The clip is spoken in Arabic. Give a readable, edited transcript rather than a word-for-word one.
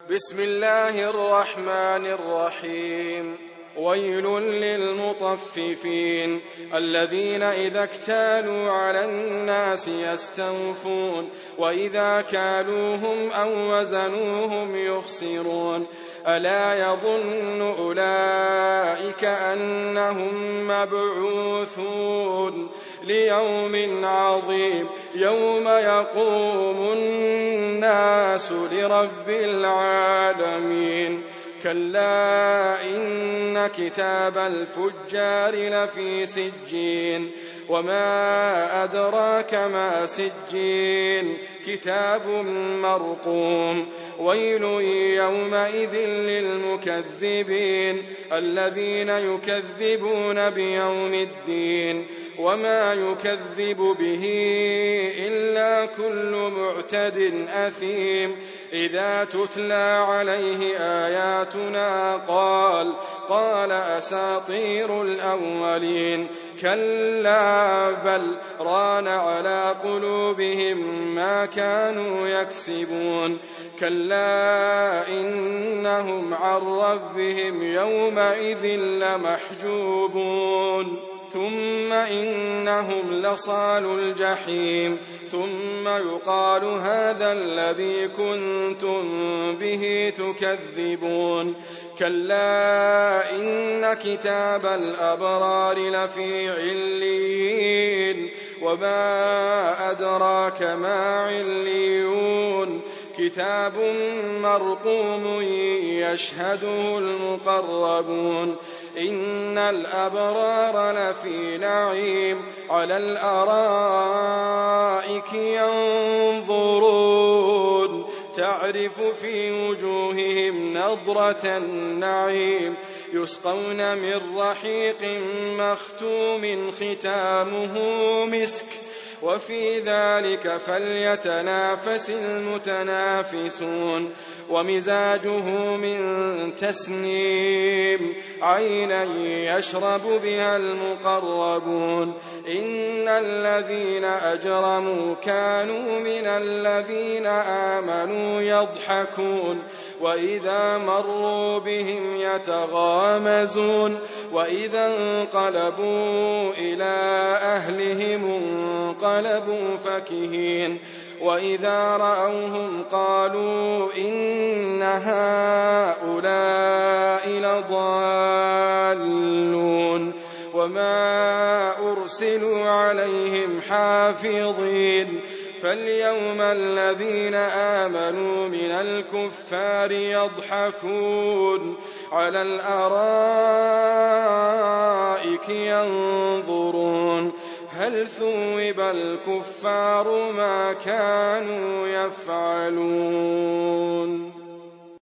بسم الله الرحمن الرحيم. ويل للمطففين الذين إذا اكتالوا على الناس يستوفون وإذا كالوهم أو وزنوهم يخسرون ألا يظن أولئك أنهم مبعوثون ليوم عظيم يوم يقوم الناس لرب العالمين. كلا إن كتاب الفجار لفي سجين وما أدراك ما سجين كتاب مرقوم. ويل يومئذ للمكذبين الذين يكذبون بيوم الدين وما يكذب به إلا كل معتد أثيم إذا تتلى عليه آياتنا قال أساطير الأولين كلا بل ران على قلوبهم ما كانوا يكسبون كلا إنهم عن ربهم يومئذ لمحجوبون ثم إنهم لصالو الجحيم ثم يقال هذا الذي كنتم به تكذبون كلا إن كتاب الأبرار لفي عليين وما أدراك ما عليون كتاب مرقوم يشهده المقربون إن الأبرار لفي نعيم على الأرائك ينظرون تعرف في وجوههم نضرة النعيم يسقون من رحيق مختوم ختامه مسك وفي ذلك فليتنافس المتنافسون ومزاجه من تسنيم عينا يشرب بها المقربون إن الذين أجرموا كانوا من الذين آمنوا يضحكون وإذا مروا بهم يتغامزون وإذا انقلبوا إلى أهلهم انقلبوا فكهين وإذا رأوهم قالوا إن هؤلاء لضالون وما أرسلوا عليهم حافظين فاليوم الذين آمنوا من الكفار يضحكون على الأرائك ينظرون هل ثوب الكفار ما كانوا يفعلون.